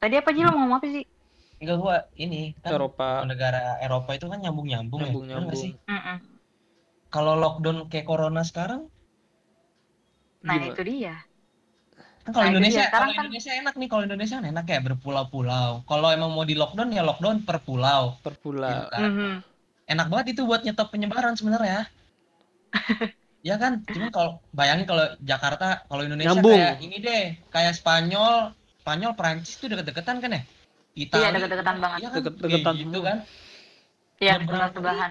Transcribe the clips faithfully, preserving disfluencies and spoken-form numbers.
Tadi apa sih lo ngomong apa sih? Enggak, gua ini kan Eropa. negara Eropa itu kan nyambung-nyambung ya. Bener nggak Nyambung-nyambung. sih? Mm-mm. Kalau lockdown kayak corona sekarang, Nah Gimana? itu dia. kan kalau Nah itu Indonesia, dia. kalau Sekarang kan Indonesia enak nih, kalau Indonesia kan enak ya berpulau-pulau. Kalau emang mau di lockdown ya lockdown per pulau, Per gitu pulau. kan. mhm. Enak banget itu buat nyetop penyebaran sebenarnya. Ya kan, cuman kalau bayangin kalau Jakarta, kalau Indonesia Nyambung. kayak ini deh, kayak Spanyol, Spanyol, Prancis itu deket-deketan kan ya? Iya Itali, deket-deketan banget. iya kan, kayak Deket-deketan gitu semua. kan. Iya Nyebrang sebelah-sebelahan.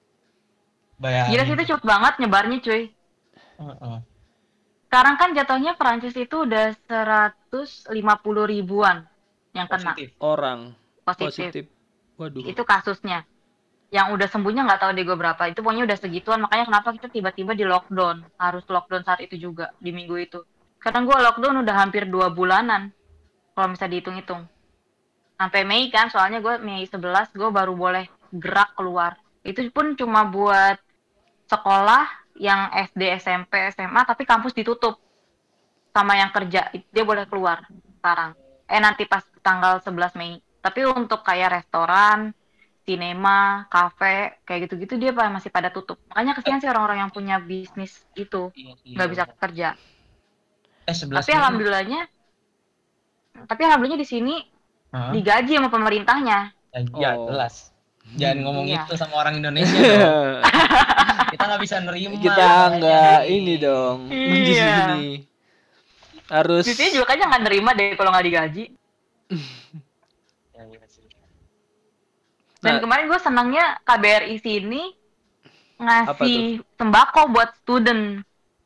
Gila sih bayangin. itu cepet banget nyebarnya cuy. Heeh. Sekarang kan jatuhnya Perancis itu udah seratus lima puluh ribuan yang kena Positif. Orang positif. positif. Waduh. Itu kasusnya. Yang udah sembuhnya nggak tahu deh gue berapa. Itu pokoknya udah segituan. Makanya kenapa kita tiba-tiba di lockdown. Harus lockdown saat itu juga di minggu itu. Sekarang gue lockdown udah hampir dua bulanan. Kalau bisa dihitung-hitung. Sampai Mei kan. Soalnya gue Mei sebelas gue baru boleh gerak keluar. Itu pun cuma buat sekolah yang S D, S M P, S M A. Tapi kampus ditutup. Sama yang kerja. Dia boleh keluar sekarang. Eh nanti pas tanggal sebelas Mei. Tapi untuk kayak restoran, sinema, kafe, kayak gitu-gitu dia masih pada tutup. Makanya kesian sih orang-orang yang punya bisnis itu Iya, nggak iya. bisa kerja. Eh sebelas Tapi Mei. alhamdulillahnya, tapi alhamdulillahnya di sini Hah? digaji sama pemerintahnya. Ya Oh. jelas. Jangan Hmm. ngomong Iya. itu sama orang Indonesia dong. Kita nggak bisa nerima. Kita namanya nggak nih. ini dong di Iya. sini. Harus Di sini juga kayaknya nggak nerima deh kalau nggak digaji. Ya, iya sih. Dan Nah, kemarin gue senangnya K B R I sini apa tuh? ngasih sembako buat student.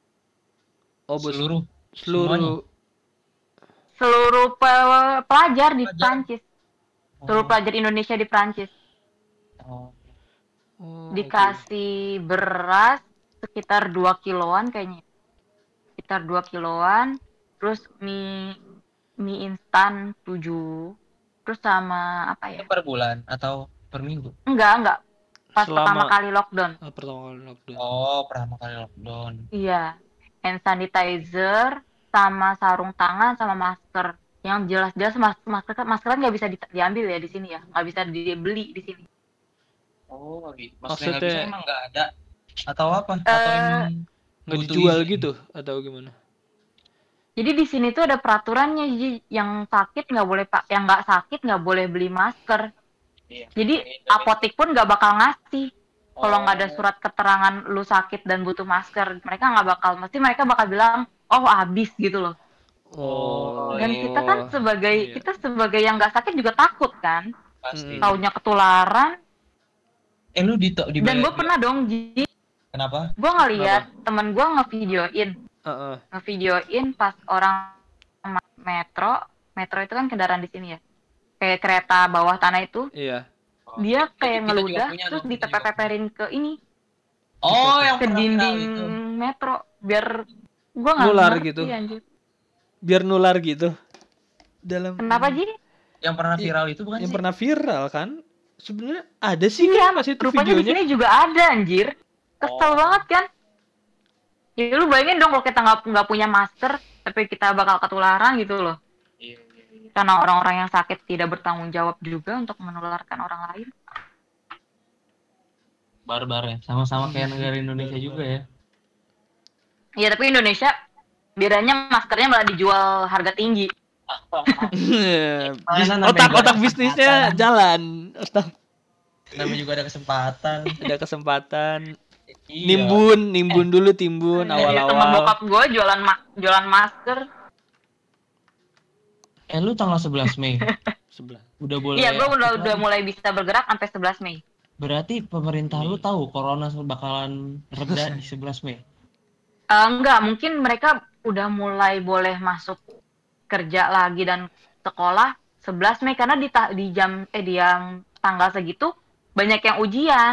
Oh, bos. Seluruh Seluruh Seluruh pe- pelajar di Pelajar. Prancis. Seluruh pelajar Indonesia di Prancis. Oh. Oh, Dikasih beras sekitar dua kiloan kayaknya. Sekitar dua kiloan. Terus mie mie instan tujuh. Terus sama apa ya? Itu per bulan atau per minggu? Enggak, enggak. Pas Selama- pertama kali lockdown. Ah, pertama kali lockdown. Oh, pertama kali lockdown. Iya. Hand sanitizer sama sarung tangan sama masker. Yang jelas-jelas mas- masker masker kan nggak bisa di- diambil ya di sini ya. Nggak bisa dibeli di sini. Oh, gitu. Maksudnya nggak Maksudnya- bisa emang nggak ada atau apa? Eh, Atau emang Nggak butuh dijual izin? gitu atau gimana? Jadi di sini tuh ada peraturannya, Ji. Yang sakit nggak boleh pak, yang nggak sakit nggak boleh beli masker. Iya. Jadi Ini- apotek pun nggak bakal ngasih kalau nggak ada Oh. surat keterangan lu sakit dan butuh masker. Mereka nggak bakal, mesti mereka bakal bilang, oh habis gitu loh. Oh. Dan kita kan sebagai iya. kita sebagai yang nggak sakit juga takut kan, Pasti. Hmm. taunya ketularan. Eh lu di di Dan gue pernah dong, Ji, Kenapa? gue ngeliat temen gue ngevideoin, Heeh. ngevideoin pas orang metro, metro itu kan kendaraan di sini ya, kayak kereta bawah tanah itu. Iya. Dia Kita- kayak kita juga ngeludah punya terus tuh, kita juga diteper-teperin ke ini Oh, yang ke pernah viral dinding itu. metro biar gua nggak Nular ngerti, gitu. anjir. Biar nular gitu. Dalam Kenapa Ji? Yang pernah Iya, viral itu bukan yang sih? pernah viral kan? Sebenarnya ada sih Iya, kan pas itu rupanya di videonya. sini juga ada anjir. Kesel Oh. banget kan? Ya lu bayangin dong kalau kita nggak nggak punya masker tapi kita bakal ketularan gitu loh. Iya, iya, iya. Karena orang-orang yang sakit tidak bertanggung jawab juga untuk menularkan orang lain. Barbar ya. Sama-sama kayak negara Indonesia juga ya. Iya, tapi Indonesia bedanya maskernya malah dijual harga tinggi. Bis- Mana namanya Otak-otak juga bisnisnya kesempatan. jalan. Otak Namanya juga ada kesempatan. ada kesempatan. Iya. Nimbun, nimbun dulu timbun Iya, teman awal-awal. bokap gue jualan ma- jualan masker. Eh lu tanggal sebelas Mei Sebelah. udah boleh. Iya, gue udah aktif udah lagi. mulai bisa bergerak sampai sebelas Mei. Berarti pemerintah lu tahu corona bakalan reda di sebelas Mei. Eh, enggak, mungkin mereka udah mulai boleh masuk kerja lagi dan sekolah sebelas Mei karena di ta- di jam eh di yang tanggal segitu banyak yang ujian,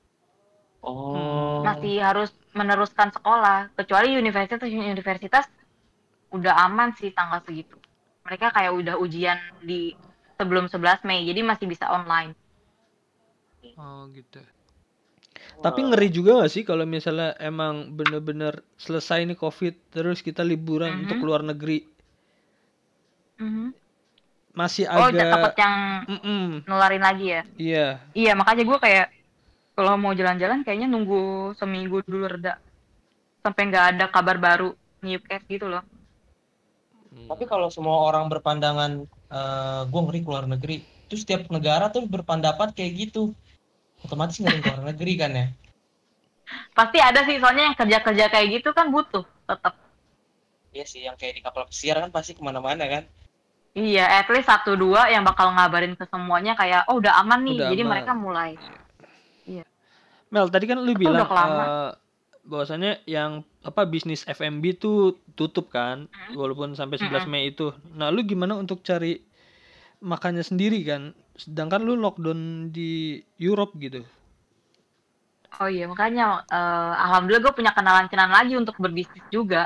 Oh. masih harus meneruskan sekolah. Kecuali universitas universitas udah aman sih tanggal segitu. Mereka kayak udah ujian di sebelum sebelas Mei, jadi masih bisa online. Oh gitu. Tapi ngeri juga gak sih kalau misalnya emang bener-bener selesai nih COVID terus kita liburan Mhm. untuk keluar negeri. Mhm. masih Oh, agak takut yang mm-mm, nularin lagi ya. iya. Iya, makanya gue kayak kalau mau jalan-jalan kayaknya nunggu seminggu dulu reda sampai nggak ada kabar baru new case gitu loh. Tapi kalau semua orang berpandangan eh gue ngeri keluar negeri, terus setiap negara tuh berpendapat kayak gitu, otomatis ngeri keluar negeri kan ya. Pasti ada sih, soalnya yang kerja-kerja kayak gitu kan butuh tetap. Iya sih, yang kayak di kapal pesiar kan pasti kemana-mana kan. Iya, at least satu dua yang bakal ngabarin ke semuanya kayak, oh udah aman nih, Udah jadi aman. mereka mulai. Iya. Mel, tadi kan lu Itu bilang udah kelama. eh bahwasannya yang apa bisnis F and B tuh tutup kan, walaupun sampai sebelas Mm-mm. Mei itu. Nah, lu gimana untuk cari makannya sendiri kan? Sedangkan lu lockdown di Europe gitu. Oh iya, makanya eh, alhamdulillah gue punya kenalan-kenalan lagi untuk berbisnis juga.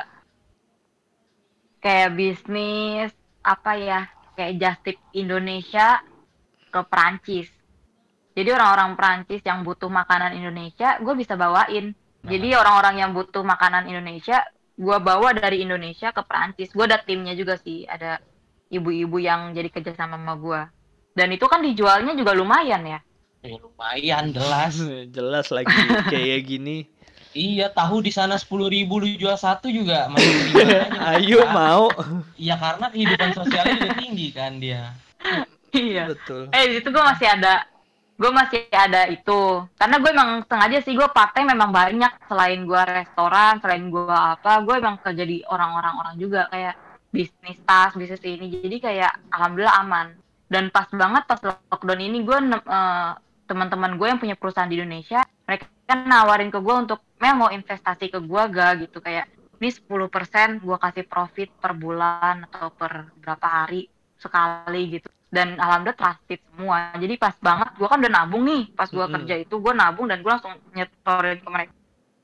Kayak bisnis apa ya, kayak Just Tip Indonesia ke Perancis. Jadi orang-orang Perancis yang butuh makanan Indonesia, gue bisa bawain. Jadi orang-orang yang butuh makanan Indonesia, gue bawa dari Indonesia ke Perancis. Gue ada timnya juga sih, ada ibu-ibu yang jadi kerja sama sama gue. Dan itu kan dijualnya juga lumayan ya. Ya lumayan, jelas. Jelas lagi kayak gini. Iya, tahu di sana sepuluh ribu lu jual satu juga masih terima aja. Ayo Kan? mau. Iya, karena kehidupan sosialnya juga tinggi kan dia. Iya. Betul. Eh di situ gue masih ada, gue masih ada itu. Karena gue emang sengaja sih gue part time memang banyak selain gue restoran, selain gue apa, gue emang kerja di orang-orang orang juga kayak bisnis tas, bisnis ini. Jadi kayak alhamdulillah aman. Dan pas banget pas lockdown ini gue eh, teman-teman gue yang punya perusahaan di Indonesia, mereka kan nawarin ke gue untuk Mel mau investasi ke gue gak gitu kayak ini sepuluh persen gue kasih profit per bulan atau per berapa hari sekali gitu. Dan alhamdulillah trusted semua. Jadi pas banget gue kan udah nabung nih pas gue Mm-mm. kerja itu gue nabung dan gue langsung nyetorin ke mereka.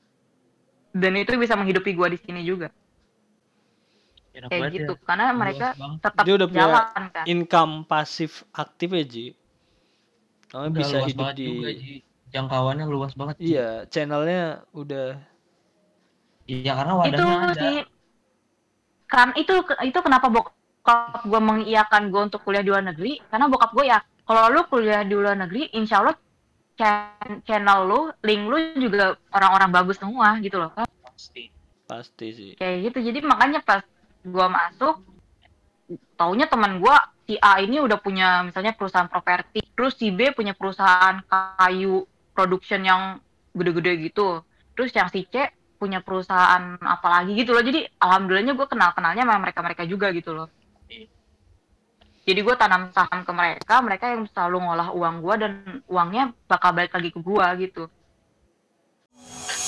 Dan itu bisa menghidupi gue di sini juga. Enak Kayak banget gitu ya. karena Luas mereka banget. tetap Dia udah punya jalan kan. income pasif aktif ya, Ji. Kamu Udah bisa luas hidup banget di juga, Ji. Jangkauannya luas banget, Ji. iya, channelnya udah Iya, karena Itu wadahnya ada. sih kan itu itu kenapa bokap gue mengiyakan gue untuk kuliah di luar negeri karena bokap gue ya kalau lu kuliah di luar negeri insya Allah chan- channel lu link lu juga orang-orang bagus semua gitu loh kan. Pasti. pasti sih. Kayak gitu jadi makanya pas gue masuk taunya teman gue si A ini udah punya misalnya perusahaan properti terus si B punya perusahaan kayu production yang gede-gede gitu terus yang si C punya perusahaan apalagi gitu loh jadi alhamdulillahnya gue kenal-kenalnya sama mereka-mereka juga gitu loh jadi gue tanam saham ke mereka mereka yang selalu ngolah uang gue dan uangnya bakal balik lagi ke gue gitu.